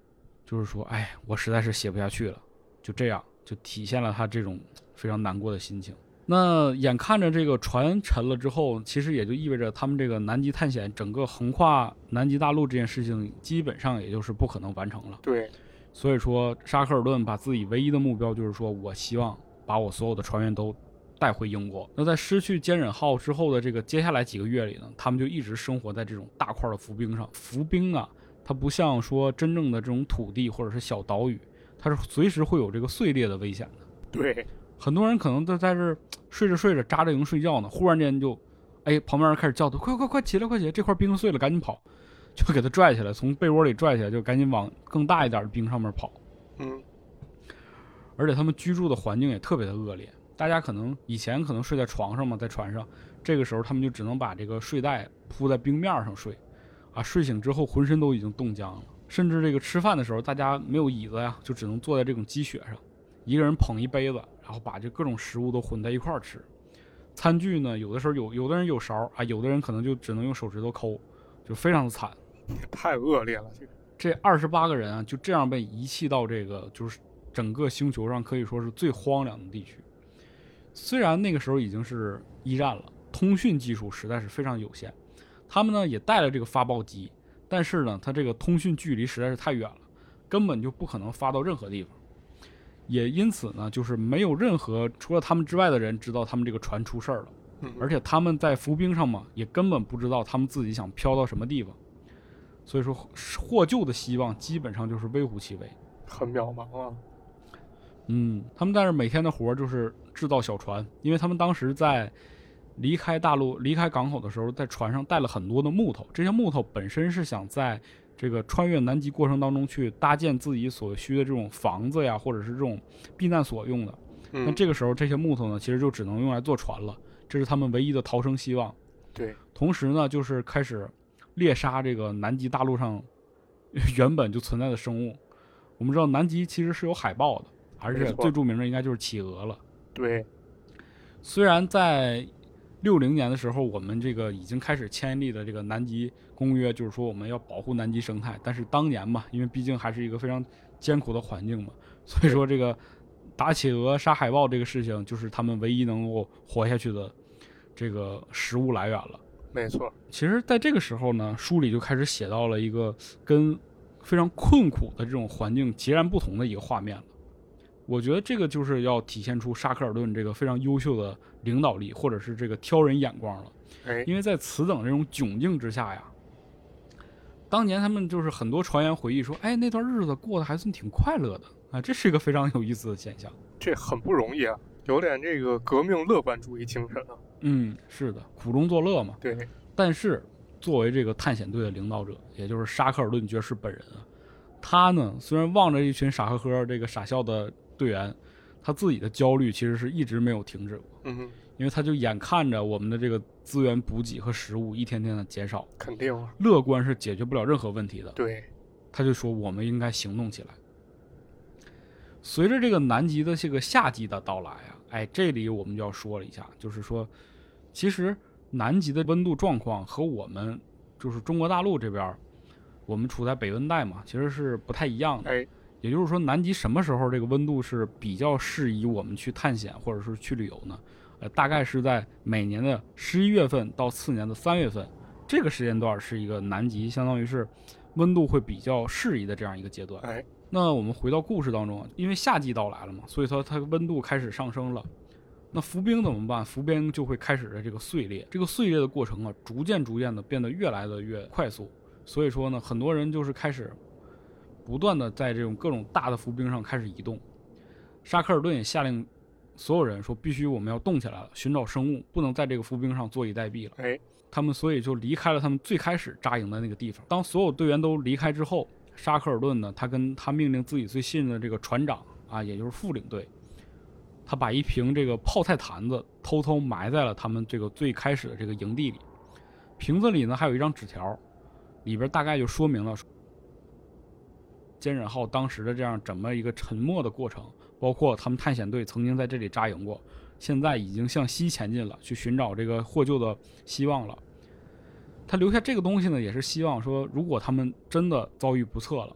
就是说，哎，我实在是写不下去了，就这样就体现了他这种非常难过的心情。那眼看着这个船沉了之后，其实也就意味着他们这个南极探险整个横跨南极大陆这件事情基本上也就是不可能完成了。 对， 所以说沙克尔顿把自己唯一的目标就是说，我希望把我所有的船员都带回英国。那在失去坚忍号之后的这个接下来几个月里呢，他们就一直生活在这种大块的浮冰上。浮冰啊，它不像说真正的这种土地或者是小岛屿，它是随时会有这个碎裂的危险的。 对， 很多人可能都在这睡着睡着扎着营睡觉呢，忽然间就，哎，旁边人开始叫他，快快快起来快起来，这块冰碎了，赶紧跑，就给他拽起来，从被窝里拽起来，就赶紧往更大一点的冰上面跑。 嗯， 而且他们居住的环境也特别的恶劣，大家可能以前可能睡在床上嘛，在船上，这个时候他们就只能把这个睡袋铺在冰面上睡，啊，睡醒之后浑身都已经冻僵了，甚至这个吃饭的时候，大家没有椅子呀，就只能坐在这种积雪上，一个人捧一杯子，然后把这各种食物都混在一块儿吃。餐具呢，有的时候有有的人有勺啊，有的人可能就只能用手指头抠，就非常的惨， 太恶劣了。这个这二十八个人啊，就这样被遗弃到这个就是整个星球上可以说是最荒凉的地区。虽然那个时候已经是一战了，通讯技术实在是非常有限，他们呢也带了这个发报机，但是呢，它这个通讯距离实在是太远了，根本就不可能发到任何地方。也因此呢，就是没有任何除了他们之外的人知道他们这个船出事儿了， 嗯， 而且他们在浮冰上嘛，也根本不知道他们自己想飘到什么地方，所以说获救的希望基本上就是微乎其微， 很渺茫啊。 嗯，他们在这每天的活就是制造小船，因为他们当时在离开大陆、离开港口的时候，在船上带了很多的木头，这些木头本身是想在这个穿越南极过程当中去搭建自己所需的这种房子呀，或者是这种避难所用的。 嗯， 那这个时候这些木头呢，其实就只能用来做船了，这是他们唯一的逃生希望。 对， 同时呢，就是开始猎杀这个南极大陆上原本就存在的生物。我们知道南极其实是有海豹的，而且最著名的应该就是企鹅了。 对， 虽然在六零年的时候，我们这个已经开始签订的这个南极公约，就是说我们要保护南极生态，但是当年嘛，因为毕竟还是一个非常艰苦的环境嘛，所以说这个打企鹅、杀海豹这个事情，就是他们唯一能够活下去的这个食物来源了。 没错。 其实在这个时候呢，书里就开始写到了一个跟非常困苦的这种环境截然不同的一个画面了。我觉得这个就是要体现出沙克尔顿这个非常优秀的领导力，或者是这个挑人眼光了。 哎， 因为在此等这种窘境之下呀，当年他们就是很多船员回忆说，哎，那段日子过得还算挺快乐的啊，这是一个非常有意思的现象。 这很不容易啊，有点这个革命乐观主义精神啊。 嗯，是的，苦中作乐嘛。 对。 但是作为这个探险队的领导者，也就是沙克尔顿爵士本人啊，他呢虽然望着一群傻呵呵这个傻笑的队员，他自己的焦虑其实是一直没有停止过。 嗯哼， 因为他就眼看着我们的这个资源补给和食物一天天的减少， 肯定啊， 乐观是解决不了任何问题的。 对， 他就说我们应该行动起来。随着这个南极的这个夏季的到来啊，哎，这里我们就要说了一下，就是说，其实南极的温度状况和我们就是中国大陆这边，我们处在北温带嘛，其实是不太一样的。 哎， 也就是说，南极什么时候这个温度是比较适宜我们去探险或者是去旅游呢？呃，大概是在每年的十一月份到次年的三月份，这个时间段是一个南极相当于是温度会比较适宜的这样一个阶段。 哎， 那我们回到故事当中，因为夏季到来了嘛，所以说它温度开始上升了。那浮冰怎么办？浮冰就会开始的这个碎裂，这个碎裂的过程啊，逐渐逐渐的变得越来的越快速。所以说呢，很多人就是开始不断的在这种各种大的浮冰上开始移动。沙克尔顿也下令所有人说，必须我们要动起来了，寻找生物，不能在这个浮冰上坐以待毙了。 哎， 他们所以就离开了他们最开始扎营的那个地方。当所有队员都离开之后，沙克尔顿呢，他跟他命令自己最信任的这个船长啊，也就是副领队，他把一瓶这个泡菜坛子偷偷埋在了他们这个最开始的这个营地里。瓶子里呢还有一张纸条，里边大概就说明了坚忍号当时的这样怎么一个沉没的过程，包括他们探险队曾经在这里扎营过，现在已经向西前进了，去寻找这个获救的希望了。他留下这个东西呢，也是希望说，如果他们真的遭遇不测了，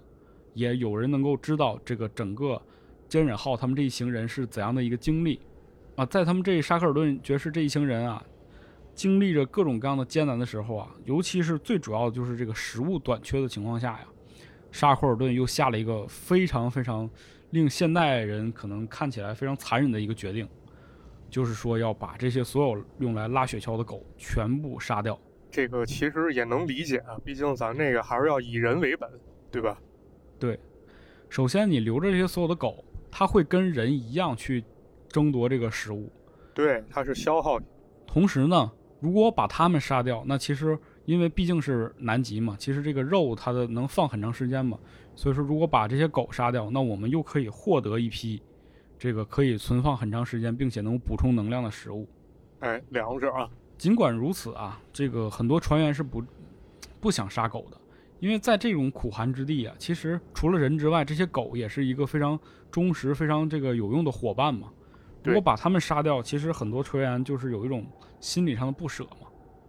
也有人能够知道这个整个坚忍号他们这一行人是怎样的一个经历啊。在他们这沙克尔顿爵士这一行人啊，经历着各种各样的艰难的时候啊，尤其是最主要的就是这个食物短缺的情况下呀，沙克尔顿又下了一个非常非常令现代人可能看起来非常残忍的一个决定，就是说要把这些所有用来拉雪橇的狗全部杀掉。 这个其实也能理解啊，毕竟咱这个还是要以人为本，对吧？ 对，首先你留着这些所有的狗，它会跟人一样去争夺这个食物， 对，它是消耗。 同时呢，如果我把它们杀掉，那其实因为毕竟是南极嘛，其实这个肉它的能放很长时间嘛，所以说如果把这些狗杀掉，那我们又可以获得一批这个可以存放很长时间并且能补充能量的食物。 哎，粮食啊。 尽管如此啊，这个很多船员是不不想杀狗的，因为在这种苦寒之地啊，其实除了人之外，这些狗也是一个非常忠实、非常这个有用的伙伴嘛。如果把他们杀掉，其实很多船员就是有一种心理上的不舍嘛。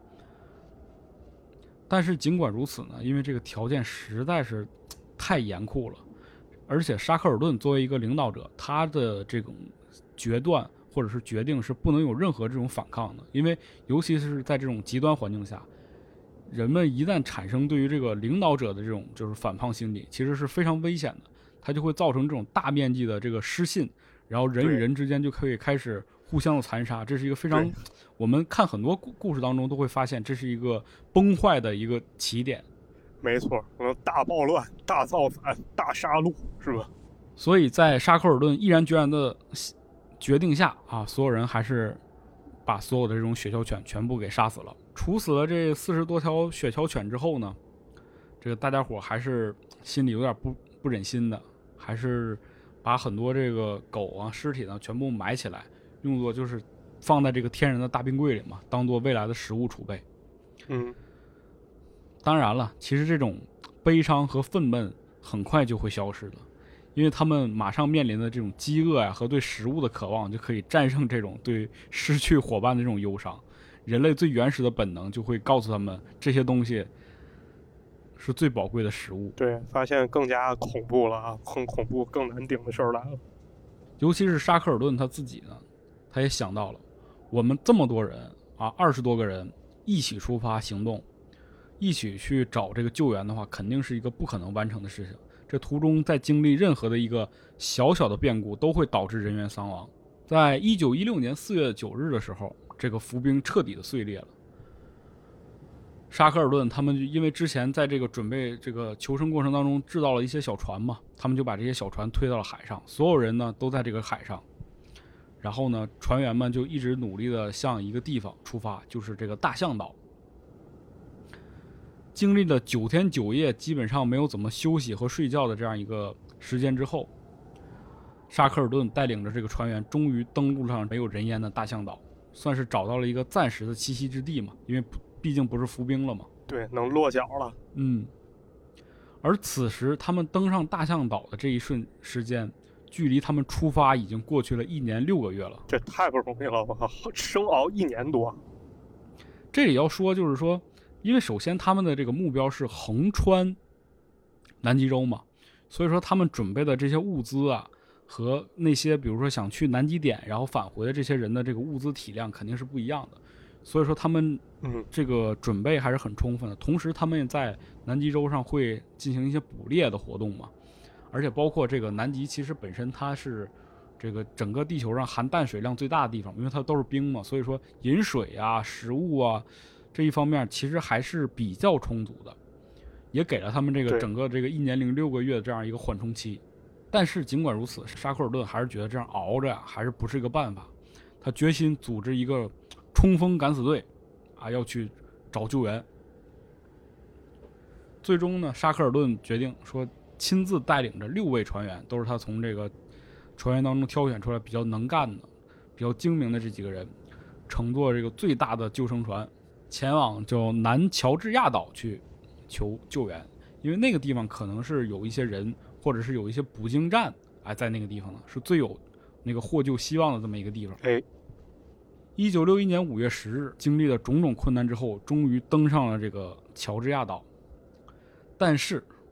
但是尽管如此呢，因为这个条件实在是太严酷了，而且沙克尔顿作为一个领导者，他的这种决断或者是决定是不能有任何这种反抗的，因为尤其是在这种极端环境下，人们一旦产生对于这个领导者的这种就是反抗心理，其实是非常危险的，它就会造成这种大面积的这个失信，然后人与人之间就可以开始互相的残杀，这是一个非常，我们看很多故事当中都会发现，这是一个崩坏的一个起点。 没错，大暴乱、大造反、大杀戮，是吧？ 所以在沙克尔顿毅然决然的决定下啊，所有人还是把所有的这种雪橇犬全部给杀死了。处死了这四十多条雪橇犬之后呢，这个大家伙还是心里有点不不忍心的，还是把很多这个狗啊尸体呢全部埋起来，用作就是放在这个天然的大冰柜里嘛，当做未来的食物储备。 嗯， 当然了，其实这种悲伤和愤懑很快就会消失的，因为他们马上面临的这种饥饿呀和对食物的渴望，就可以战胜这种对失去伙伴的这种忧伤。人类最原始的本能就会告诉他们，这些东西是最宝贵的食物。 对，发现更加恐怖了啊，更恐怖、更难顶的事儿来了。 尤其是沙克尔顿他自己呢，他也想到了，我们这么多人啊，二十多个人一起出发行动，一起去找这个救援的话，肯定是一个不可能完成的事情。这途中再经历任何的一个小小的变故，都会导致人员伤亡。在一九一六年四月九日的时候，这个浮冰彻底的碎裂了。沙克尔顿他们就因为之前在这个准备这个求生过程当中制造了一些小船嘛，他们就把这些小船推到了海上，所有人呢都在这个海上。然后呢，船员们就一直努力的向一个地方出发，就是这个大象岛。经历了九天九夜基本上没有怎么休息和睡觉的这样一个时间之后，沙克尔顿带领着这个船员终于登陆上没有人烟的大象岛，算是找到了一个暂时的栖息之地嘛，因为毕竟不是浮冰了嘛。 对，能落脚了。 嗯。而此时他们登上大象岛的这一瞬时间，距离他们出发已经过去了一年六个月了。 这太不容易了，我靠，生熬一年多。 这也要说，就是说，因为首先他们的这个目标是横穿南极洲嘛，所以说他们准备的这些物资啊，和那些比如说想去南极点然后返回的这些人的这个物资体量肯定是不一样的，所以说他们这个准备还是很充分的。同时他们在南极洲上会进行一些捕猎的活动嘛，而且包括这个南极其实本身它是这个整个地球上含淡水量最大的地方，因为它都是冰嘛，所以说饮水啊食物啊这一方面其实还是比较充足的，也给了他们这个整个这个一年零六个月的这样一个缓冲期。但是尽管如此，沙克尔顿还是觉得这样熬着呀还是不是一个办法，他决心组织一个冲锋敢死队啊，要去找救援。最终呢，沙克尔顿决定说亲自带领着六位船员，都是他从这个船员当中挑选出来比较能干的比较精明的这几个人，乘坐这个最大的救生船前往就南乔治亚岛去求救援，因为那个地方可能是有一些人或者是有一些捕鲸站哎，在那个地方呢是最有那个获救希望的这么一个地方。 哎， 一九六一年五月十日，经历了种种困难之后，终于登上了这个乔治亚岛。但是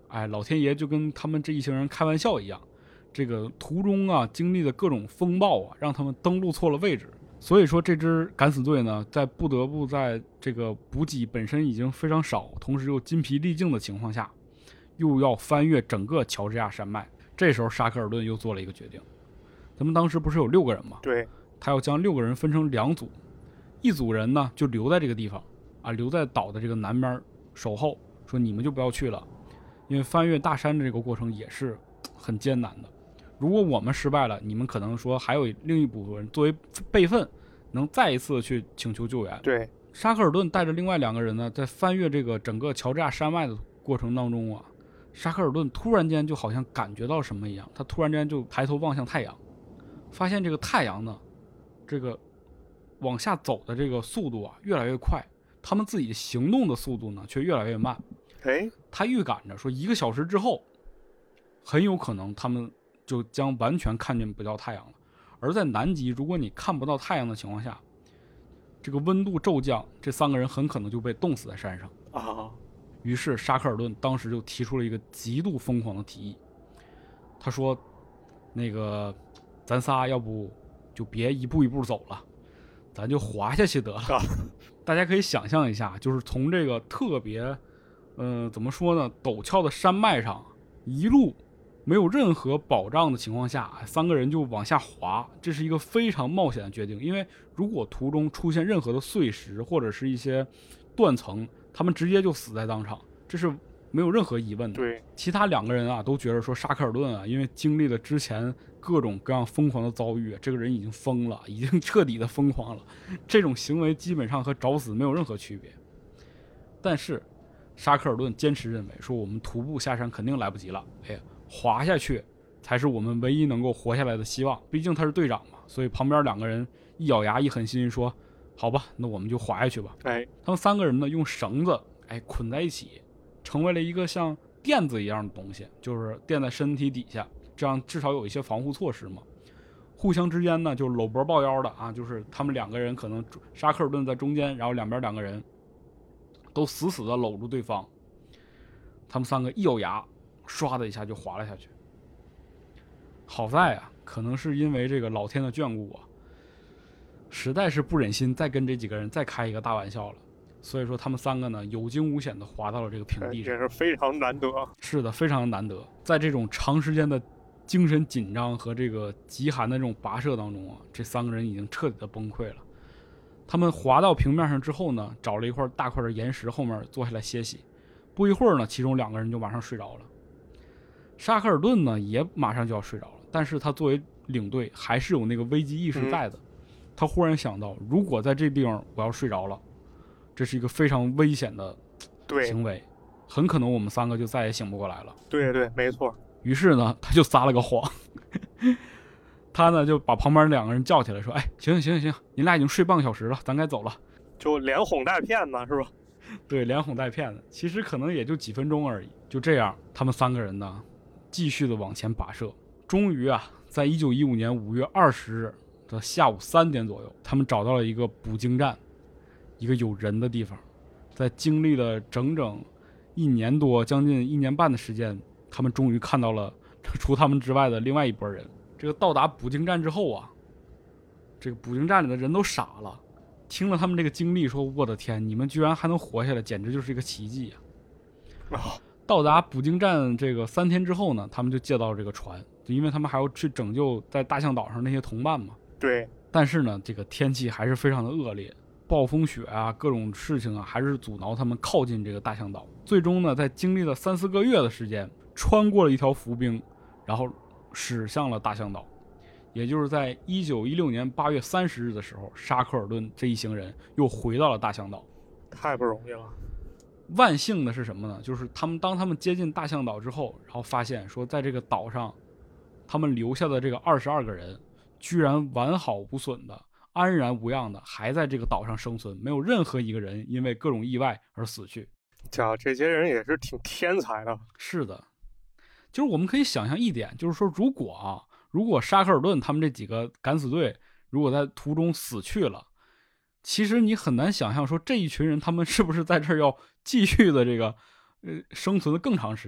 哎，老天爷就跟他们这一行人开玩笑一样，这个途中啊经历的各种风暴啊，让他们登陆错了位置。所以说这支敢死队呢，在不得不在这个补给本身已经非常少，同时又筋疲力尽的情况下，又要翻越整个乔治亚山脉。这时候沙克尔顿又做了一个决定，咱们当时不是有六个人吗？ 对， 他要将六个人分成两组，一组人呢就留在这个地方啊，留在岛的这个南边守候，说你们就不要去了，因为翻越大山的这个过程也是很艰难的。如果我们失败了，你们可能说还有另一部分人作为备份，能再一次去请求救援。 对， 沙克尔顿带着另外两个人呢，在翻越这个整个乔治亚山脉的过程当中啊，沙克尔顿突然间就好像感觉到什么一样，他突然间就抬头望向太阳，发现这个太阳呢，这个往下走的这个速度啊越来越快，他们自己行动的速度呢却越来越慢。 哎， 他预感着说一个小时之后，很有可能他们就将完全看见不到太阳了。而在南极，如果你看不到太阳的情况下，这个温度骤降，这三个人很可能就被冻死在山上啊。 于是沙克尔顿当时就提出了一个极度疯狂的提议，他说那个咱仨要不就别一步一步走了，咱就滑下去得了、啊、大家可以想象一下，就是从这个特别嗯、呃，怎么说呢，陡峭的山脉上一路没有任何保障的情况下，三个人就往下滑，这是一个非常冒险的决定。因为如果途中出现任何的碎石或者是一些断层，他们直接就死在当场，这是没有任何疑问的。 对， 其他两个人啊都觉得说沙克尔顿啊，因为经历了之前各种各样疯狂的遭遇，这个人已经疯了，已经彻底的疯狂了，这种行为基本上和找死没有任何区别。但是沙克尔顿坚持认为说，我们徒步下山肯定来不及了，哎，滑下去才是我们唯一能够活下来的希望，毕竟他是队长嘛。所以旁边两个人一咬牙一狠心说，好吧，那我们就滑下去吧。 哎， 他们三个人呢用绳子哎捆在一起，成为了一个像垫子一样的东西，就是垫在身体底下，这样至少有一些防护措施嘛。互相之间呢就搂脖抱腰的啊，就是他们两个人可能沙克尔顿在中间，然后两边两个人都死死的搂住对方，他们三个一咬牙唰的一下就滑了下去。好在啊，可能是因为这个老天的眷顾啊，实在是不忍心再跟这几个人再开一个大玩笑了，所以说他们三个呢有惊无险的滑到了这个平地上， 这是非常难得。 是的，非常难得。在这种长时间的精神紧张和这个极寒的这种跋涉当中啊，这三个人已经彻底的崩溃了。他们滑到平面上之后呢，找了一块大块的岩石后面坐下来歇息。不一会儿呢，其中两个人就马上睡着了。沙克尔顿呢也马上就要睡着了，但是他作为领队还是有那个危机意识在的、嗯、他忽然想到，如果在这地方我要睡着了，这是一个非常危险的行为，很可能我们三个就再也醒不过来了。 对对，没错。 于是呢他就撒了个谎他呢就把旁边两个人叫起来说，哎，行行行行，你俩已经睡半个小时了，咱该走了。 就连哄带骗呢，是吧？ 对，连哄带骗的，其实可能也就几分钟而已。就这样，他们三个人呢继续的往前跋涉。终于啊，在一九一五年五月二十日的下午三点左右，他们找到了一个补给站，一个有人的地方。在经历了整整一年多，将近一年半的时间，他们终于看到了除他们之外的另外一拨人。这个到达补给站之后啊，这个补给站里的人都傻了，听了他们这个经历说，我的天，你们居然还能活下来，简直就是一个奇迹啊！ 哦、 到达补给站这个三天之后呢，他们就借到这个船，就因为他们还要去拯救在大象岛上那些同伴嘛。 对。 但是呢，这个天气还是非常的恶劣，暴风雪啊，各种事情啊，还是阻挠他们靠近这个大象岛。最终呢，在经历了三四个月的时间，穿过了一条浮冰，然后驶向了大象岛。也就是在一九一六年八月三十日的时候，沙克尔顿这一行人又回到了大象岛。 太不容易了。 万幸的是什么呢？就是他们当他们接近大象岛之后，然后发现说，在这个岛上，他们留下的这个二十二个人，居然完好无损的、安然无恙的，还在这个岛上生存，没有任何一个人因为各种意外而死去。 这这些人也是挺天才的。 是的，就是我们可以想象一点，就是说，如果啊。如果沙克尔顿他们这几个敢死队如果在途中死去了，其实你很难想象说这一群人他们是不是在这儿要继续的这个呃生存的更长时间。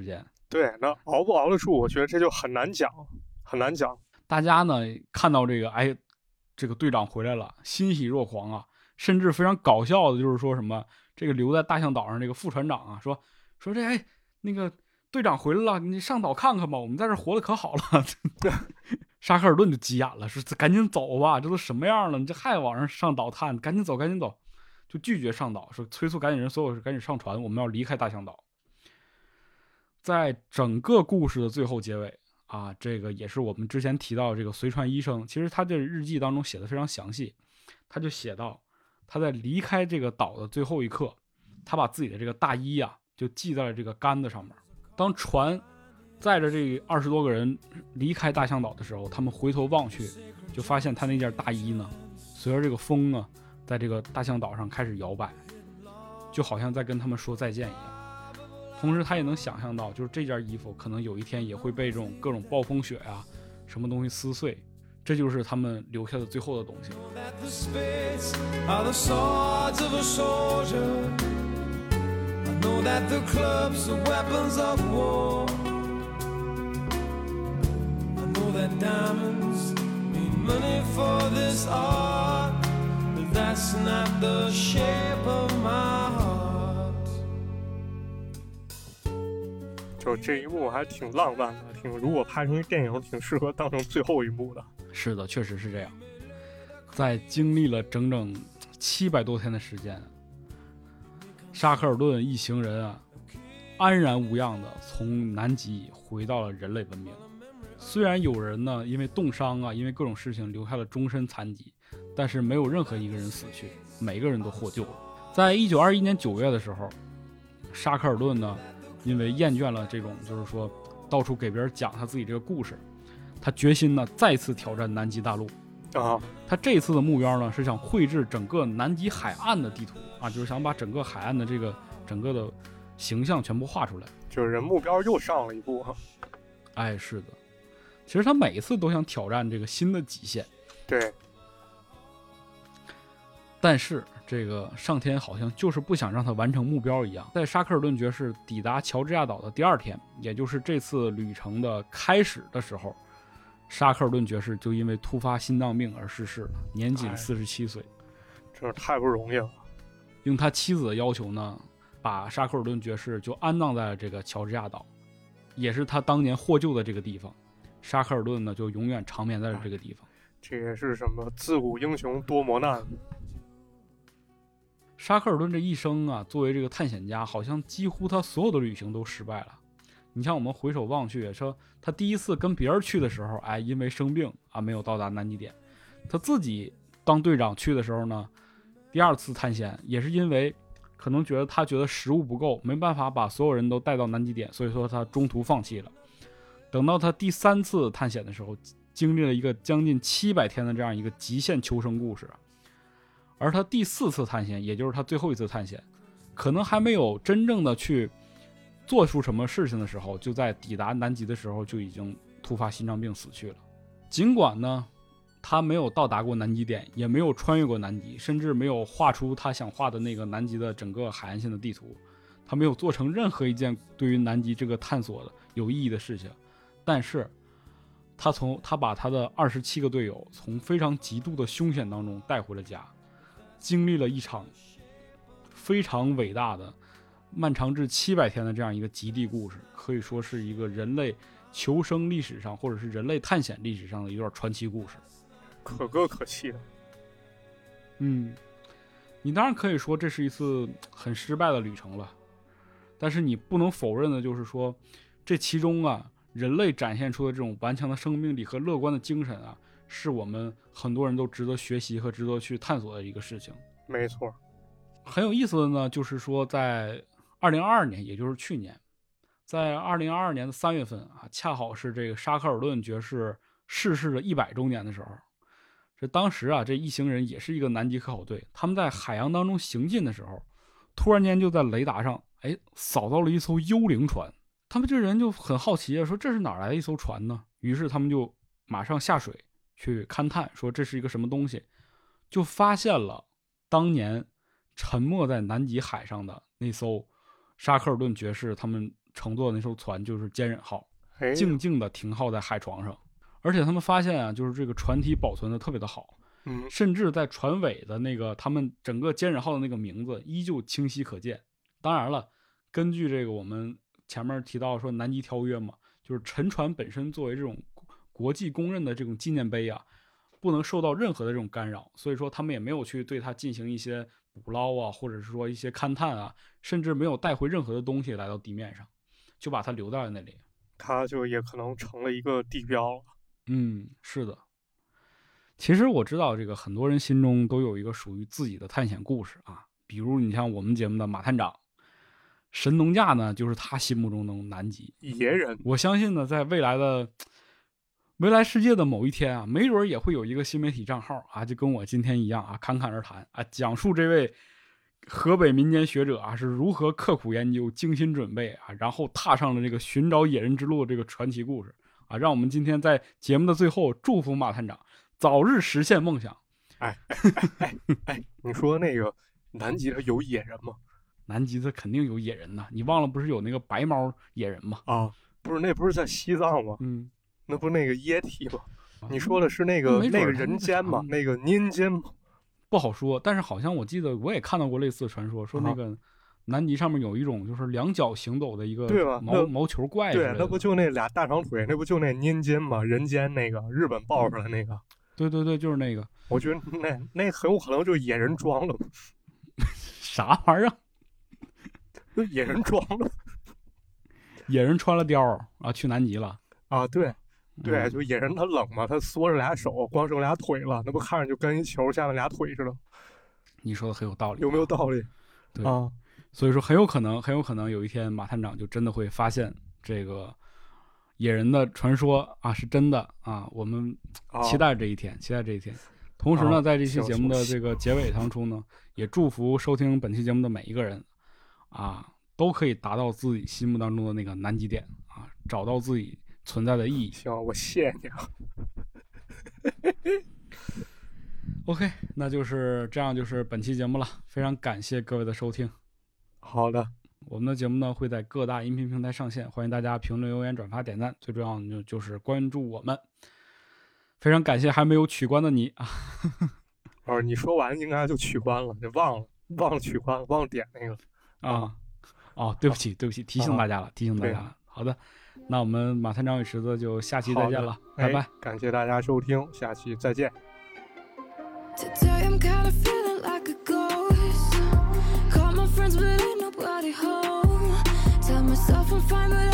对，那熬不熬得住，我觉得这就很难讲，很难讲。 大家呢看到这个，哎，这个队长回来了，欣喜若狂啊，甚至非常搞笑的，就是说什么这个留在大象岛上这个副船长啊，说说这哎那个队长回来了，你上岛看看吧，我们在这活得可好了。沙克尔顿就急眼了，说赶紧走吧，这都什么样了，你这还往上上岛探，赶紧走，赶紧走，就拒绝上岛，说催促赶紧人所有人赶紧上船，我们要离开大象岛。在整个故事的最后结尾啊，这个也是我们之前提到这个随船医生，其实他这日记当中写的非常详细，他就写到他在离开这个岛的最后一刻，他把自己的这个大衣啊就系在了这个杆子上面。当船载着这二十多个人离开大象岛的时候，他们回头望去，就发现他那件大衣呢，随着这个风呢，在这个大象岛上开始摇摆，就好像在跟他们说再见一样。同时他也能想象到，就是这件衣服可能有一天也会被这种各种暴风雪啊什么东西撕碎，这就是他们留下的最后的东西。 就这一幕还挺浪漫的，挺如果拍成一电影，挺适合当成最后一幕的。 是的，确实是这样。在经历了整整七百多天的时间，沙克尔顿一行人啊，安然无恙的从南极回到了人类文明。虽然有人呢因为冻伤啊，因为各种事情留下了终身残疾，但是没有任何一个人死去，每个人都获救了。在一九二一年九月的时候，沙克尔顿呢因为厌倦了这种就是说到处给别人讲他自己这个故事，他决心呢再次挑战南极大陆啊。 他这次的目标呢是想绘制整个南极海岸的地图啊，就是想把整个海岸的这个整个的形象全部画出来， 就是人目标又上了一步。 哎，是的，其实他每一次都想挑战这个新的极限。 对， 但是这个上天好像就是不想让他完成目标一样。在沙克尔顿爵士抵达乔治亚岛的第二天，也就是这次旅程的开始的时候，沙克尔顿爵士就因为突发心脏病而逝世了，年仅四十七岁。 真是太不容易了。 用他妻子的要求呢，把沙克尔顿爵士就安葬在了这个乔治亚岛，也是他当年获救的这个地方。沙克尔顿呢就永远长眠在了这个地方。 这也是什么自古英雄多磨难。 沙克尔顿这一生啊，作为这个探险家，好像几乎他所有的旅行都失败了。你像我们回首望去，说他第一次跟别人去的时候，哎，因为生病啊，没有到达南极点。他自己当队长去的时候呢，第二次探险也是因为可能觉得他觉得食物不够，没办法把所有人都带到南极点，所以说他中途放弃了。等到他第三次探险的时候，经历了一个将近七百天的这样一个极限求生故事。而他第四次探险，也就是他最后一次探险，可能还没有真正的去做出什么事情的时候，就在抵达南极的时候就已经突发心脏病死去了。尽管呢他没有到达过南极点，也没有穿越过南极，甚至没有画出他想画的那个南极的整个海岸线的地图，他没有做成任何一件对于南极这个探索的有意义的事情，但是他从他把他的二十七个队友从非常极度的凶险当中带回了家，经历了一场非常伟大的漫长至七百天的这样一个极地故事，可以说是一个人类求生历史上或者是人类探险历史上的一段传奇故事， 可歌可泣的。 嗯，你当然可以说这是一次很失败的旅程了，但是你不能否认的就是说，这其中啊，人类展现出的这种顽强的生命力和乐观的精神啊，是我们很多人都值得学习和值得去探索的一个事情。 没错。 很有意思的呢，就是说在二零二二年，也就是去年，在二零二二年的三月份啊，恰好是这个沙克尔顿爵士逝世的一百周年的时候。这当时啊，这一行人也是一个南极科考队，他们在海洋当中行进的时候，突然间就在雷达上，哎，扫到了一艘幽灵船。他们这人就很好奇啊，说这是哪来的一艘船呢？于是他们就马上下水去勘探，说这是一个什么东西，就发现了当年沉没在南极海上的那艘沙克尔顿爵士他们乘坐的那艘船就是坚忍号， 哎， 静静地停靠在海床上。而且他们发现啊，就是这个船体保存的特别的好， 嗯， 甚至在船尾的那个他们整个坚忍号的那个名字依旧清晰可见。当然了，根据这个我们前面提到说南极条约嘛，就是沉船本身作为这种国际公认的这种纪念碑啊，不能受到任何的这种干扰，所以说他们也没有去对它进行一些捕捞啊，或者是说一些勘探啊，甚至没有带回任何的东西来到地面上，就把它留在了那里。 它就也可能成了一个地标了。 嗯，是的。其实我知道这个很多人心中都有一个属于自己的探险故事啊，比如你像我们节目的马探长，神农架呢就是他心目中的南极野人。 我相信呢，在未来的未来世界的某一天啊，没准也会有一个新媒体账号啊，就跟我今天一样啊，侃侃而谈啊，讲述这位河北民间学者啊是如何刻苦研究、精心准备啊，然后踏上了这个寻找野人之路的这个传奇故事啊。让我们今天在节目的最后祝福马探长早日实现梦想。 哎哎哎哎，你说那个南极它有野人吗？ 南极它肯定有野人呐，你忘了不是有那个白毛野人吗？ 啊，不是，那不是在西藏吗？ 嗯， 那不是那个液体吗？你说的是那个那个人间吗？那个阴间吗？ 不好说，但是好像我记得我也看到过类似的传说，说那个南极上面有一种就是两脚行走的一个毛毛球怪。 对，那不就那俩大长腿，那不就那阴间吗？人间那个日本爆出来那个。 对对对，就是那个。 我觉得那那很有可能就是野人装了。 啥玩意儿？ 就野人装了。 野人穿了貂啊，去南极了啊？对。对，就野人他冷嘛，他缩着俩手，光剩俩腿了，那不看着就跟一球下面俩腿似的。 你说的很有道理， 有没有道理？ 对啊， 所以说很有可能，很有可能有一天马探长就真的会发现这个野人的传说啊是真的啊，我们期待这一天，啊、期待这一天。同时呢， 啊、 在这期节目的这个结尾当中呢，也祝福收听本期节目的每一个人啊，都可以达到自己心目当中的那个南极点啊，找到自己存在的意义。 行，我谢谢你啊。 OK， 那就是这样，就是本期节目了。非常感谢各位的收听。 好的， 我们的节目呢会在各大音频平台上线，欢迎大家评论、留言、转发、点赞，最重要的就就是关注我们。非常感谢还没有取关的你啊！ 哦，你说完应该就取关了，你忘了忘了取关了，忘了点那个啊。哦，对不起，对不起，提醒大家了，提醒大家了。好的。那我们马探长与池子就下期再见了，拜拜、 哎！感谢大家收听，下期再见。 Today I'm kind of feeling like a ghost. Call my friends but ain't nobody home. Tell myself I'm fine but